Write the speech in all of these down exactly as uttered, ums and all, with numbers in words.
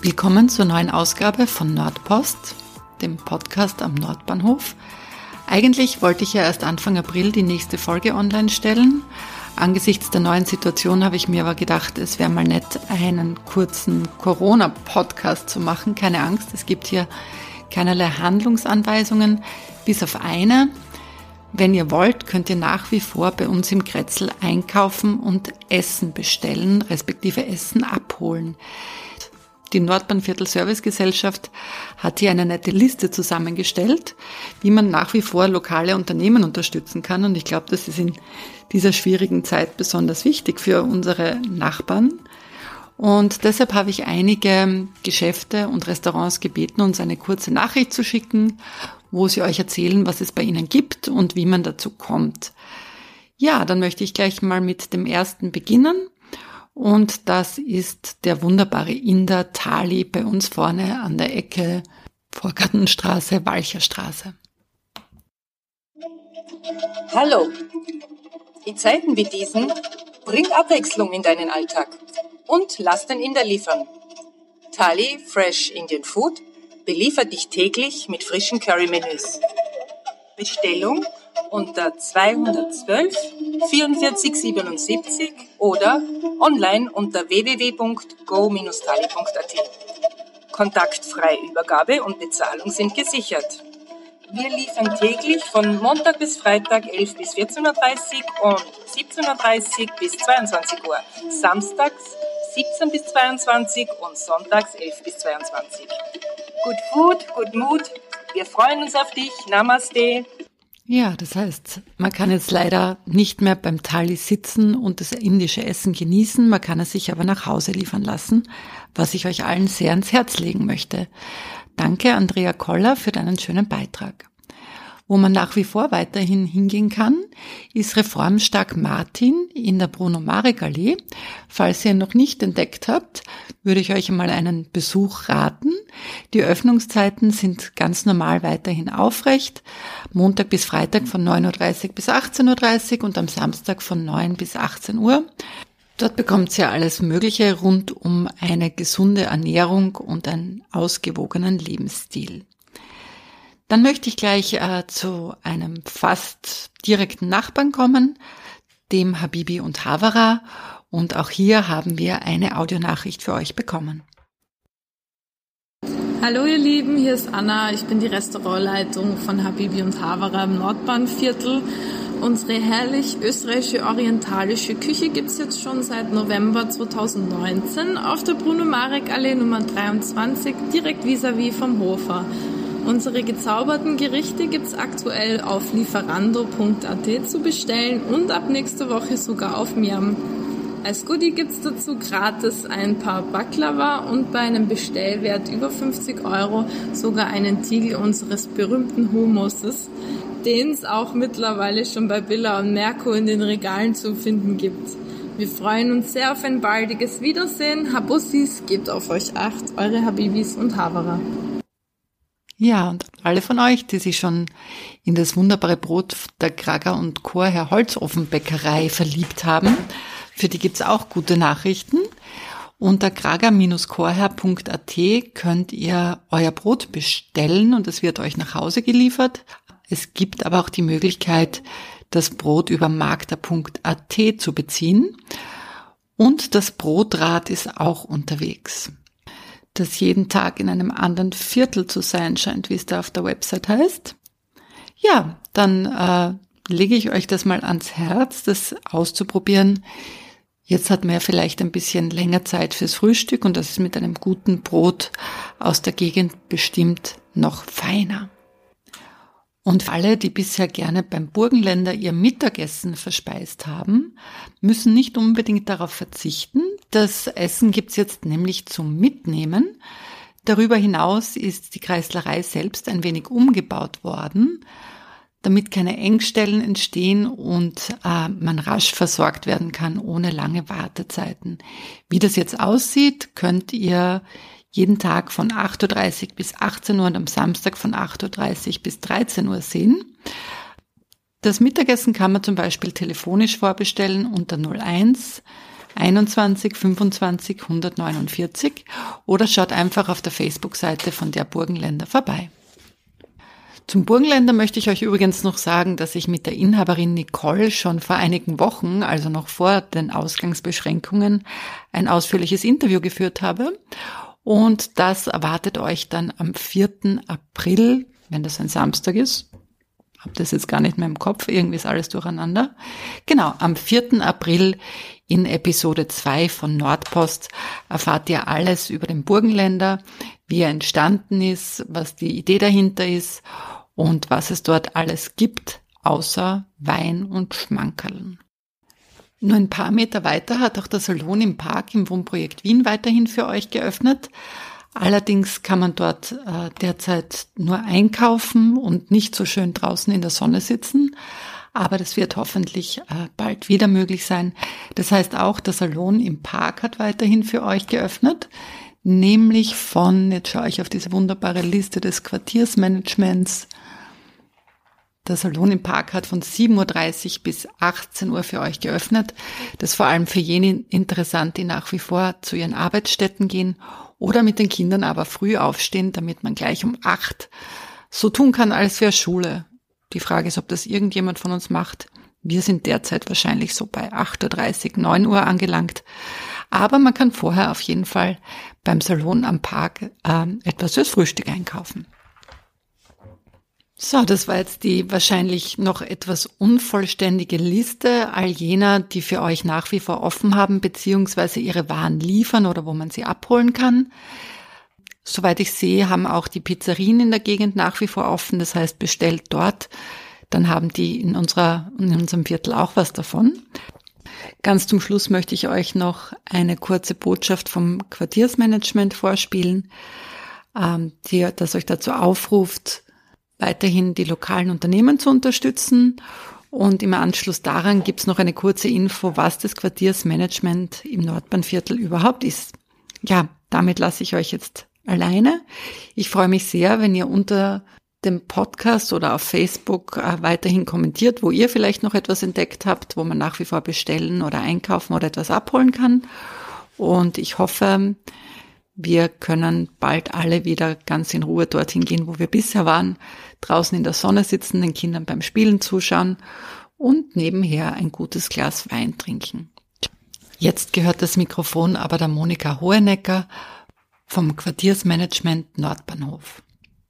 Willkommen zur neuen Ausgabe von Nordpost, dem Podcast am Nordbahnhof. Eigentlich wollte ich ja erst Anfang April die nächste Folge online stellen. Angesichts der neuen Situation habe ich mir aber gedacht, es wäre mal nett, einen kurzen Corona-Podcast zu machen. Keine Angst, es gibt hier keinerlei Handlungsanweisungen, bis auf eine. Wenn ihr wollt, könnt ihr nach wie vor bei uns im Kretzel einkaufen und Essen bestellen, respektive Essen abholen. Die Nordbahnviertel Servicegesellschaft hat hier eine nette Liste zusammengestellt, wie man nach wie vor lokale Unternehmen unterstützen kann. Und ich glaube, das ist in dieser schwierigen Zeit besonders wichtig für unsere Nachbarn. Und deshalb habe ich einige Geschäfte und Restaurants gebeten, uns eine kurze Nachricht zu schicken, wo sie euch erzählen, was es bei ihnen gibt und wie man dazu kommt. Ja, dann möchte ich gleich mal mit dem ersten beginnen. Und das ist der wunderbare Inder Thali bei uns vorne an der Ecke Vorgartenstraße, Walcherstraße. Hallo, in Zeiten wie diesen bring Abwechslung in deinen Alltag und lass den Inder liefern. Thali Fresh Indian Food beliefert dich täglich mit frischen Curry-Menüs. Bestellung unter zweihundertzwölf vierundvierzig siebenundsiebzig oder online unter w w w punkt go dash thali punkt a t. Kontaktfreie Übergabe und Bezahlung sind gesichert. Wir liefern täglich von Montag bis Freitag elf bis vierzehn Uhr dreißig und siebzehn Uhr dreißig bis zweiundzwanzig Uhr, samstags siebzehn bis zweiundzwanzig und sonntags elf bis zweiundzwanzig. Good food, good mood. Wir freuen uns auf dich. Namaste. Ja, das heißt, man kann jetzt leider nicht mehr beim Thali sitzen und das indische Essen genießen, man kann es sich aber nach Hause liefern lassen, was ich euch allen sehr ans Herz legen möchte. Danke, Andrea Koller, für deinen schönen Beitrag. Wo man nach wie vor weiterhin hingehen kann, ist Reformstark Martin in der Bruno-Marek-Allee. Falls ihr ihn noch nicht entdeckt habt, würde ich euch einmal einen Besuch raten. Die Öffnungszeiten sind ganz normal weiterhin aufrecht. Montag bis Freitag von neun Uhr dreißig bis achtzehn Uhr dreißig und am Samstag von neun bis achtzehn Uhr. Dort bekommt ihr alles Mögliche rund um eine gesunde Ernährung und einen ausgewogenen Lebensstil. Dann möchte ich gleich äh, zu einem fast direkten Nachbarn kommen, dem Habibi und Havara. Und auch hier haben wir eine Audionachricht für euch bekommen. Hallo ihr Lieben, hier ist Anna. Ich bin die Restaurantleitung von Habibi und Havara im Nordbahnviertel. Unsere herrlich österreichische orientalische Küche gibt's jetzt schon seit November zweitausendneunzehn auf der Bruno-Marek-Allee Nummer dreiundzwanzig, direkt vis-à-vis vom Hofer. Unsere gezauberten Gerichte gibt's aktuell auf lieferando punkt a t zu bestellen und ab nächste Woche sogar auf Miam. Als Goodie gibt's dazu gratis ein paar Baklava und bei einem Bestellwert über fünfzig Euro sogar einen Tiegel unseres berühmten Hummuses, den es auch mittlerweile schon bei Billa und Merco in den Regalen zu finden gibt. Wir freuen uns sehr auf ein baldiges Wiedersehen. Habussis, gebt auf euch Acht, eure Habibis und Havara. Ja, und alle von euch, die sich schon in das wunderbare Brot der Krager und Chorherr Holzofenbäckerei verliebt haben, für die gibt's auch gute Nachrichten. Unter krager Bindestrich chorherr punkt a t könnt ihr euer Brot bestellen und es wird euch nach Hause geliefert. Es gibt aber auch die Möglichkeit, das Brot über magda punkt a t zu beziehen. Und das Brotrad ist auch unterwegs, das jeden Tag in einem anderen Viertel zu sein scheint, wie es da auf der Website heißt. Ja, dann äh, lege ich euch das mal ans Herz, das auszuprobieren. Jetzt hat man ja vielleicht ein bisschen länger Zeit fürs Frühstück und das ist mit einem guten Brot aus der Gegend bestimmt noch feiner. Und alle, die bisher gerne beim Burgenländer ihr Mittagessen verspeist haben, müssen nicht unbedingt darauf verzichten. Das Essen gibt's jetzt nämlich zum Mitnehmen. Darüber hinaus ist die Kreislerei selbst ein wenig umgebaut worden, damit keine Engstellen entstehen und äh, man rasch versorgt werden kann ohne lange Wartezeiten. Wie das jetzt aussieht, könnt ihr jeden Tag von acht Uhr dreißig bis achtzehn Uhr und am Samstag von acht Uhr dreißig bis dreizehn Uhr sehen. Das Mittagessen kann man zum Beispiel telefonisch vorbestellen unter null eins einundzwanzig fünfundzwanzig hundertneunundvierzig oder schaut einfach auf der Facebook-Seite von der Burgenländer vorbei. Zum Burgenländer möchte ich euch übrigens noch sagen, dass ich mit der Inhaberin Nicole schon vor einigen Wochen, also noch vor den Ausgangsbeschränkungen, ein ausführliches Interview geführt habe. Und das erwartet euch dann am vierten April, wenn das ein Samstag ist. Hab das jetzt gar nicht mehr im Kopf, irgendwie ist alles durcheinander. Genau, am vierten April in Episode zwei von Nordpost erfahrt ihr alles über den Burgenländer, wie er entstanden ist, was die Idee dahinter ist und was es dort alles gibt, außer Wein und Schmankerln. Nur ein paar Meter weiter hat auch der Salon im Park im Wohnprojekt Wien weiterhin für euch geöffnet. Allerdings kann man dort äh, derzeit nur einkaufen und nicht so schön draußen in der Sonne sitzen. Aber das wird hoffentlich äh, bald wieder möglich sein. Das heißt auch, der Salon im Park hat weiterhin für euch geöffnet. Nämlich von, jetzt schaue ich auf diese wunderbare Liste des Quartiersmanagements. Der Salon im Park hat von sieben Uhr dreißig bis achtzehn Uhr für euch geöffnet. Das ist vor allem für jene interessant, die nach wie vor zu ihren Arbeitsstätten gehen oder mit den Kindern aber früh aufstehen, damit man gleich um acht so tun kann, als wäre Schule. Die Frage ist, ob das irgendjemand von uns macht. Wir sind derzeit wahrscheinlich so bei acht Uhr dreißig, neun Uhr angelangt. Aber man kann vorher auf jeden Fall beim Salon am Park äh, etwas fürs Frühstück einkaufen. So, das war jetzt die wahrscheinlich noch etwas unvollständige Liste all jener, die für euch nach wie vor offen haben, beziehungsweise ihre Waren liefern oder wo man sie abholen kann. Soweit ich sehe, haben auch die Pizzerien in der Gegend nach wie vor offen. Das heißt, bestellt dort, dann haben die in unserer, in unserem Viertel auch was davon. Ganz zum Schluss möchte ich euch noch eine kurze Botschaft vom Quartiersmanagement vorspielen, die, das euch dazu aufruft, weiterhin die lokalen Unternehmen zu unterstützen. Und im Anschluss daran gibt es noch eine kurze Info, was das Quartiersmanagement im Nordbahnviertel überhaupt ist. Ja, damit lasse ich euch jetzt alleine. Ich freue mich sehr, wenn ihr unter dem Podcast oder auf Facebook äh, weiterhin kommentiert, wo ihr vielleicht noch etwas entdeckt habt, wo man nach wie vor bestellen oder einkaufen oder etwas abholen kann. Und ich hoffe, wir können bald alle wieder ganz in Ruhe dorthin gehen, wo wir bisher waren, draußen in der Sonne sitzen, den Kindern beim Spielen zuschauen und nebenher ein gutes Glas Wein trinken. Jetzt gehört das Mikrofon aber der Monika Hohenecker vom Quartiersmanagement Nordbahnhof.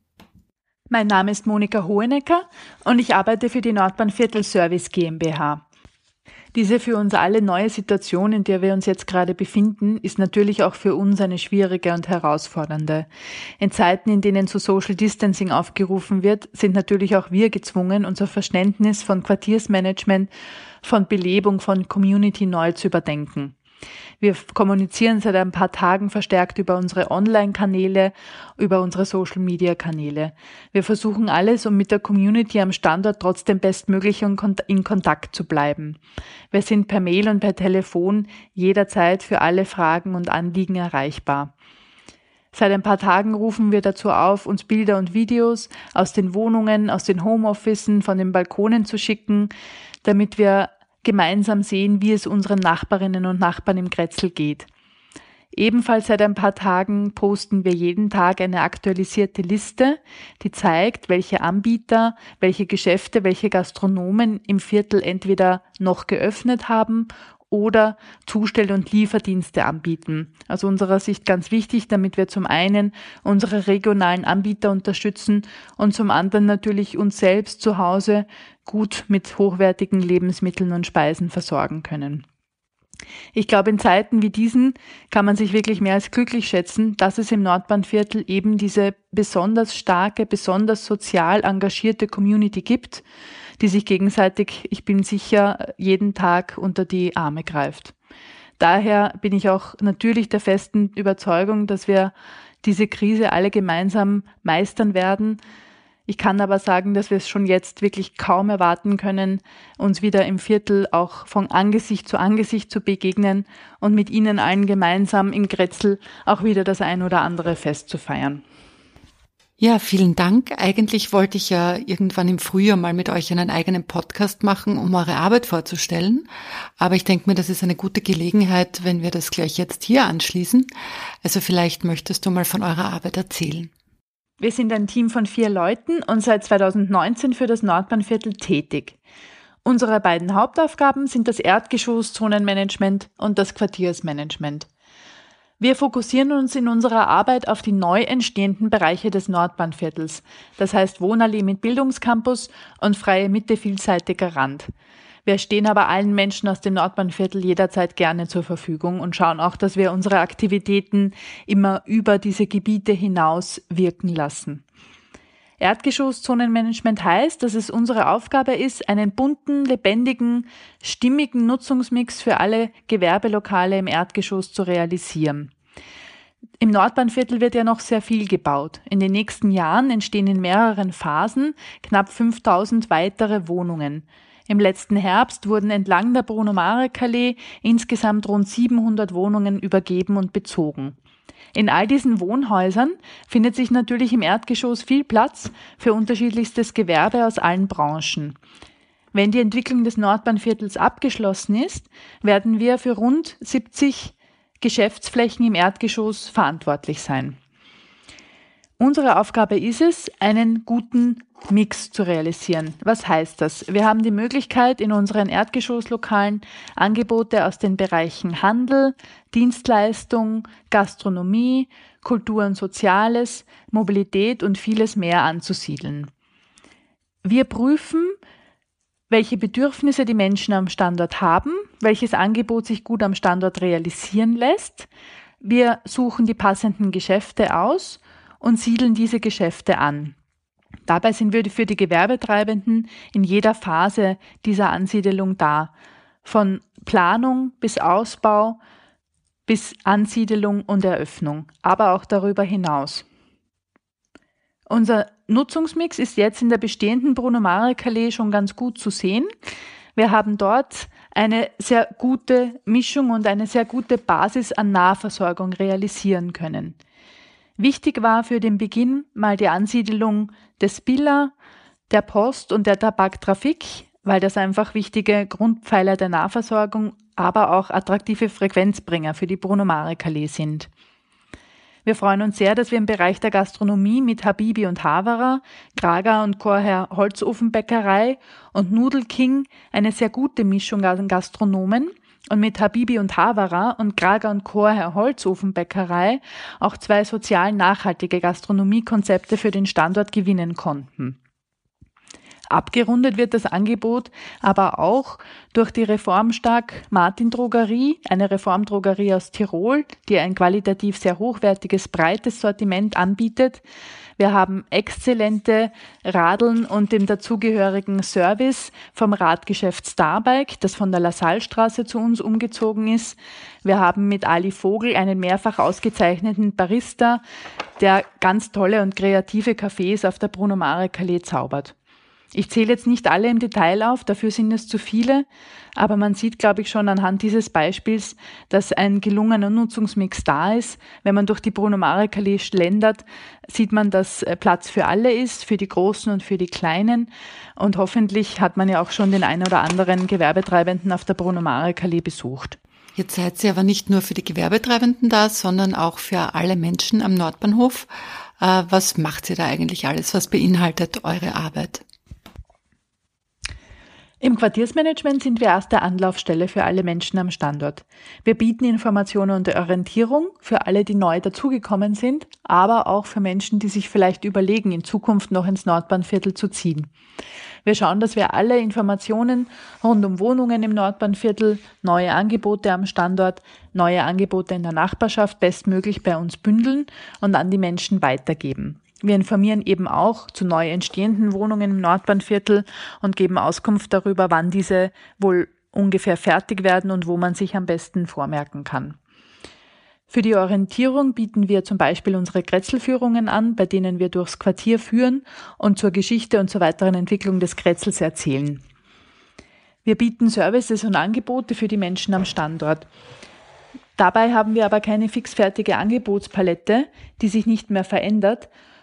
Mein Name ist Monika Hohenecker und ich arbeite für die Nordbahnviertel Service GmbH. Diese für uns alle neue Situation, in der wir uns jetzt gerade befinden, ist natürlich auch für uns eine schwierige und herausfordernde. In Zeiten, in denen zu Social Distancing aufgerufen wird, sind natürlich auch wir gezwungen, unser Verständnis von Quartiersmanagement, von Belebung, von Community neu zu überdenken. Wir kommunizieren seit ein paar Tagen verstärkt über unsere Online-Kanäle, über unsere Social-Media-Kanäle. Wir versuchen alles, um mit der Community am Standort trotzdem bestmöglich in Kontakt zu bleiben. Wir sind per Mail und per Telefon jederzeit für alle Fragen und Anliegen erreichbar. Seit ein paar Tagen rufen wir dazu auf, uns Bilder und Videos aus den Wohnungen, aus den Homeofficen, von den Balkonen zu schicken, damit wir gemeinsam sehen, wie es unseren Nachbarinnen und Nachbarn im Grätzl geht. Ebenfalls seit ein paar Tagen posten wir jeden Tag eine aktualisierte Liste, die zeigt, welche Anbieter, welche Geschäfte, welche Gastronomen im Viertel entweder noch geöffnet haben oder Zustell- und Lieferdienste anbieten. Aus unserer Sicht ganz wichtig, damit wir zum einen unsere regionalen Anbieter unterstützen und zum anderen natürlich uns selbst zu Hause gut mit hochwertigen Lebensmitteln und Speisen versorgen können. Ich glaube, in Zeiten wie diesen kann man sich wirklich mehr als glücklich schätzen, dass es im Nordbahnviertel eben diese besonders starke, besonders sozial engagierte Community gibt, die sich gegenseitig, ich bin sicher, jeden Tag unter die Arme greift. Daher bin ich auch natürlich der festen Überzeugung, dass wir diese Krise alle gemeinsam meistern werden. Ich kann aber sagen, dass wir es schon jetzt wirklich kaum erwarten können, uns wieder im Viertel auch von Angesicht zu Angesicht zu begegnen und mit Ihnen allen gemeinsam im Grätzl auch wieder das ein oder andere Fest zu feiern. Ja, vielen Dank. Eigentlich wollte ich ja irgendwann im Frühjahr mal mit euch einen eigenen Podcast machen, um eure Arbeit vorzustellen. Aber ich denke mir, das ist eine gute Gelegenheit, wenn wir das gleich jetzt hier anschließen. Also vielleicht möchtest du mal von eurer Arbeit erzählen. Wir sind ein Team von vier Leuten und seit zweitausendneunzehn für das Nordbahnviertel tätig. Unsere beiden Hauptaufgaben sind das Erdgeschosszonenmanagement und das Quartiersmanagement. Wir fokussieren uns in unserer Arbeit auf die neu entstehenden Bereiche des Nordbahnviertels, das heißt Wohnallee mit Bildungscampus und freie Mitte vielseitiger Rand. Wir stehen aber allen Menschen aus dem Nordbahnviertel jederzeit gerne zur Verfügung und schauen auch, dass wir unsere Aktivitäten immer über diese Gebiete hinaus wirken lassen. Erdgeschosszonenmanagement heißt, dass es unsere Aufgabe ist, einen bunten, lebendigen, stimmigen Nutzungsmix für alle Gewerbelokale im Erdgeschoss zu realisieren. Im Nordbahnviertel wird ja noch sehr viel gebaut. In den nächsten Jahren entstehen in mehreren Phasen knapp fünftausend weitere Wohnungen. Im letzten Herbst wurden entlang der Bruno-Marek-Allee insgesamt rund siebenhundert Wohnungen übergeben und bezogen. In all diesen Wohnhäusern findet sich natürlich im Erdgeschoss viel Platz für unterschiedlichstes Gewerbe aus allen Branchen. Wenn die Entwicklung des Nordbahnviertels abgeschlossen ist, werden wir für rund siebzig Geschäftsflächen im Erdgeschoss verantwortlich sein. Unsere Aufgabe ist es, einen guten Mix zu realisieren. Was heißt das? Wir haben die Möglichkeit, in unseren Erdgeschosslokalen Angebote aus den Bereichen Handel, Dienstleistung, Gastronomie, Kultur und Soziales, Mobilität und vieles mehr anzusiedeln. Wir prüfen, welche Bedürfnisse die Menschen am Standort haben, welches Angebot sich gut am Standort realisieren lässt. Wir suchen die passenden Geschäfte aus und siedeln diese Geschäfte an. Dabei sind wir für die Gewerbetreibenden in jeder Phase dieser Ansiedelung da. Von Planung bis Ausbau bis Ansiedelung und Eröffnung, aber auch darüber hinaus. Unser Nutzungsmix ist jetzt in der bestehenden Bruno-Marek-Allee schon ganz gut zu sehen. Wir haben dort eine sehr gute Mischung und eine sehr gute Basis an Nahversorgung realisieren können. Wichtig war für den Beginn mal die Ansiedelung des Billa, der Post und der Tabaktrafik, weil das einfach wichtige Grundpfeiler der Nahversorgung, aber auch attraktive Frequenzbringer für die Bruno-Marek-Allee sind. Wir freuen uns sehr, dass wir im Bereich der Gastronomie mit Habibi und Haverer, Grager und Chorherr Holzofenbäckerei und Nudel King eine sehr gute Mischung an Gastronomen und mit Habibi und Haverer und Grager und Chorherr Holzofenbäckerei auch zwei sozial nachhaltige Gastronomiekonzepte für den Standort gewinnen konnten. Abgerundet wird das Angebot aber auch durch die Reformstark Martin Drogerie, eine Reformdrogerie aus Tirol, die ein qualitativ sehr hochwertiges, breites Sortiment anbietet. Wir haben exzellente Radeln und den dazugehörigen Service vom Radgeschäft Starbike, das von der Lassallestraße zu uns umgezogen ist. Wir haben mit Ali Vogel einen mehrfach ausgezeichneten Barista, der ganz tolle und kreative Cafés auf der Bruno-Marek-Allee zaubert. Ich zähle jetzt nicht alle im Detail auf, dafür sind es zu viele, aber man sieht, glaube ich, schon anhand dieses Beispiels, dass ein gelungener Nutzungsmix da ist. Wenn man durch die Bruno-Marek-Allee schlendert, sieht man, dass Platz für alle ist, für die Großen und für die Kleinen. Und hoffentlich hat man ja auch schon den ein oder anderen Gewerbetreibenden auf der Bruno-Marek-Allee besucht. Jetzt seid ihr aber nicht nur für die Gewerbetreibenden da, sondern auch für alle Menschen am Nordbahnhof. Was macht ihr da eigentlich alles? Was beinhaltet eure Arbeit? Im Quartiersmanagement sind wir erste Anlaufstelle für alle Menschen am Standort. Wir bieten Informationen und Orientierung für alle, die neu dazugekommen sind, aber auch für Menschen, die sich vielleicht überlegen, in Zukunft noch ins Nordbahnviertel zu ziehen. Wir schauen, dass wir alle Informationen rund um Wohnungen im Nordbahnviertel, neue Angebote am Standort, neue Angebote in der Nachbarschaft bestmöglich bei uns bündeln und an die Menschen weitergeben. Wir informieren eben auch zu neu entstehenden Wohnungen im Nordbahnviertel und geben Auskunft darüber, wann diese wohl ungefähr fertig werden und wo man sich am besten vormerken kann. Für die Orientierung bieten wir zum Beispiel unsere Kretzelführungen an, bei denen wir durchs Quartier führen und zur Geschichte und zur weiteren Entwicklung des Kretzels erzählen. Wir bieten Services und Angebote für die Menschen am Standort. Dabei haben wir aber keine fixfertige Angebotspalette, die sich nicht mehr verändert,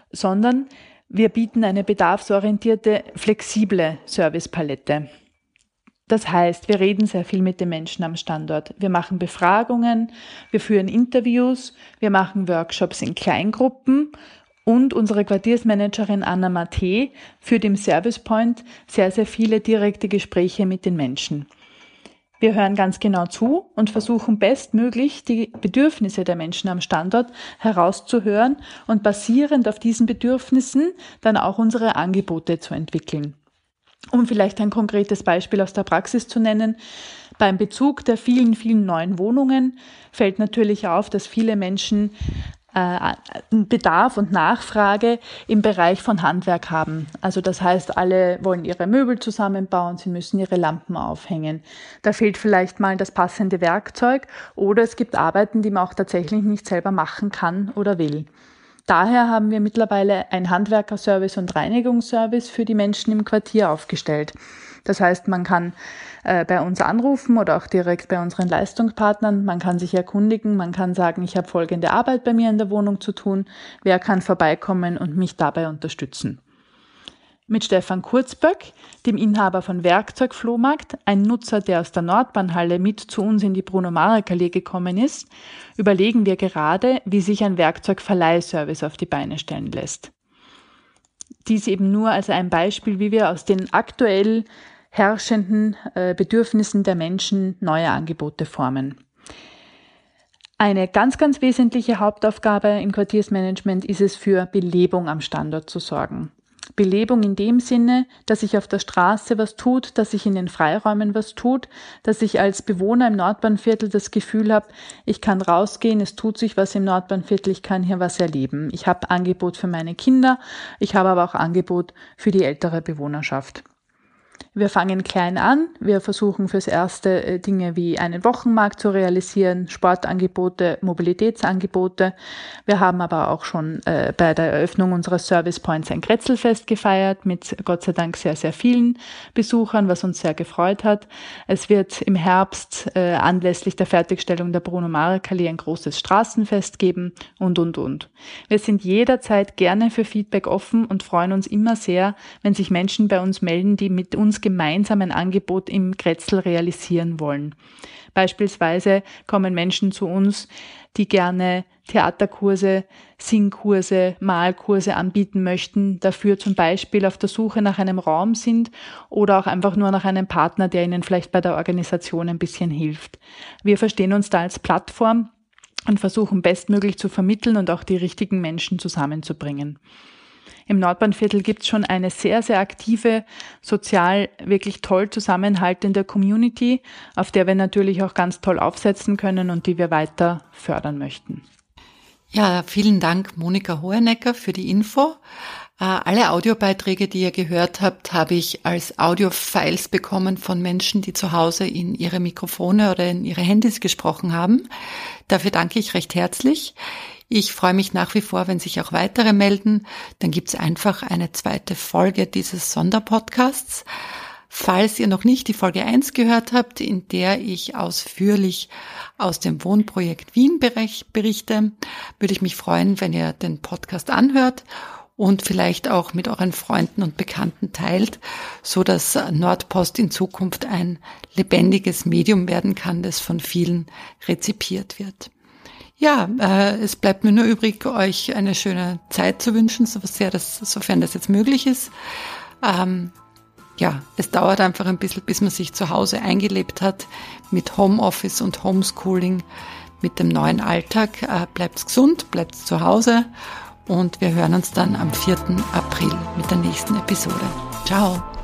sondern wir bieten eine bedarfsorientierte, flexible Servicepalette. Das heißt, wir reden sehr viel mit den Menschen am Standort. Wir machen Befragungen, wir führen Interviews, wir machen Workshops in Kleingruppen und unsere Quartiersmanagerin Anna Matte führt im Service Point sehr, sehr viele direkte Gespräche mit den Menschen. Wir hören ganz genau zu und versuchen bestmöglich die Bedürfnisse der Menschen am Standort herauszuhören und basierend auf diesen Bedürfnissen dann auch unsere Angebote zu entwickeln. Um vielleicht ein konkretes Beispiel aus der Praxis zu nennen, beim Bezug der vielen, vielen neuen Wohnungen fällt natürlich auf, dass viele Menschen äh, Bedarf und Nachfrage im Bereich von Handwerk haben. Also das heißt, alle wollen ihre Möbel zusammenbauen, sie müssen ihre Lampen aufhängen. Da fehlt vielleicht mal das passende Werkzeug oder es gibt Arbeiten, die man auch tatsächlich nicht selber machen kann oder will. Daher haben wir mittlerweile einen Handwerkerservice und Reinigungsservice für die Menschen im Quartier aufgestellt. Das heißt, man kann äh, bei uns anrufen oder auch direkt bei unseren Leistungspartnern. Man kann sich erkundigen, man kann sagen, ich habe folgende Arbeit bei mir in der Wohnung zu tun. Wer kann vorbeikommen und mich dabei unterstützen? Mit Stefan Kurzböck, dem Inhaber von Werkzeugflohmarkt, ein Nutzer, der aus der Nordbahnhalle mit zu uns in die Bruno-Marek-Allee gekommen ist, überlegen wir gerade, wie sich ein Werkzeugverleihservice auf die Beine stellen lässt. Dies eben nur als ein Beispiel, wie wir aus den aktuell herrschenden äh, Bedürfnissen der Menschen neue Angebote formen. Eine ganz, ganz wesentliche Hauptaufgabe im Quartiersmanagement ist es, für Belebung am Standort zu sorgen. Belebung in dem Sinne, dass sich auf der Straße was tut, dass sich in den Freiräumen was tut, dass ich als Bewohner im Nordbahnviertel das Gefühl habe, ich kann rausgehen, es tut sich was im Nordbahnviertel, ich kann hier was erleben. Ich habe Angebot für meine Kinder, ich habe aber auch Angebot für die ältere Bewohnerschaft. Wir fangen klein an, wir versuchen fürs Erste Dinge wie einen Wochenmarkt zu realisieren, Sportangebote, Mobilitätsangebote. Wir haben aber auch schon äh, bei der Eröffnung unseres Service Points ein Kretzelfest gefeiert mit Gott sei Dank sehr, sehr vielen Besuchern, was uns sehr gefreut hat. Es wird im Herbst äh, anlässlich der Fertigstellung der Bruno-Marek-Allee ein großes Straßenfest geben und, und, und. Wir sind jederzeit gerne für Feedback offen und freuen uns immer sehr, wenn sich Menschen bei uns melden, die mit uns gemeinsam ein Angebot im Kretzel realisieren wollen. Beispielsweise kommen Menschen zu uns, die gerne Theaterkurse, Singkurse, Malkurse anbieten möchten, dafür zum Beispiel auf der Suche nach einem Raum sind oder auch einfach nur nach einem Partner, der ihnen vielleicht bei der Organisation ein bisschen hilft. Wir verstehen uns da als Plattform und versuchen bestmöglich zu vermitteln und auch die richtigen Menschen zusammenzubringen. Im Nordbahnviertel gibt es schon eine sehr, sehr aktive, sozial wirklich toll zusammenhaltende Community, auf der wir natürlich auch ganz toll aufsetzen können und die wir weiter fördern möchten. Ja, vielen Dank, Monika Hohenecker, für die Info. Alle Audiobeiträge, die ihr gehört habt, habe ich als Audiofiles bekommen von Menschen, die zu Hause in ihre Mikrofone oder in ihre Handys gesprochen haben. Dafür danke ich recht herzlich. Ich freue mich nach wie vor, wenn sich auch weitere melden. Dann gibt's einfach eine zweite Folge dieses Sonderpodcasts. Falls ihr noch nicht die Folge eins gehört habt, in der ich ausführlich aus dem Wohnprojekt Wien berichte, würde ich mich freuen, wenn ihr den Podcast anhört und vielleicht auch mit euren Freunden und Bekannten teilt, so dass Nordpost in Zukunft ein lebendiges Medium werden kann, das von vielen rezipiert wird. Ja, äh, es bleibt mir nur übrig, euch eine schöne Zeit zu wünschen, so sehr das, sofern das jetzt möglich ist. Ähm, ja, es dauert einfach ein bisschen, bis man sich zu Hause eingelebt hat mit Homeoffice und Homeschooling, mit dem neuen Alltag. Äh, bleibt's gesund, bleibt's zu Hause und wir hören uns dann am vierten April mit der nächsten Episode. Ciao!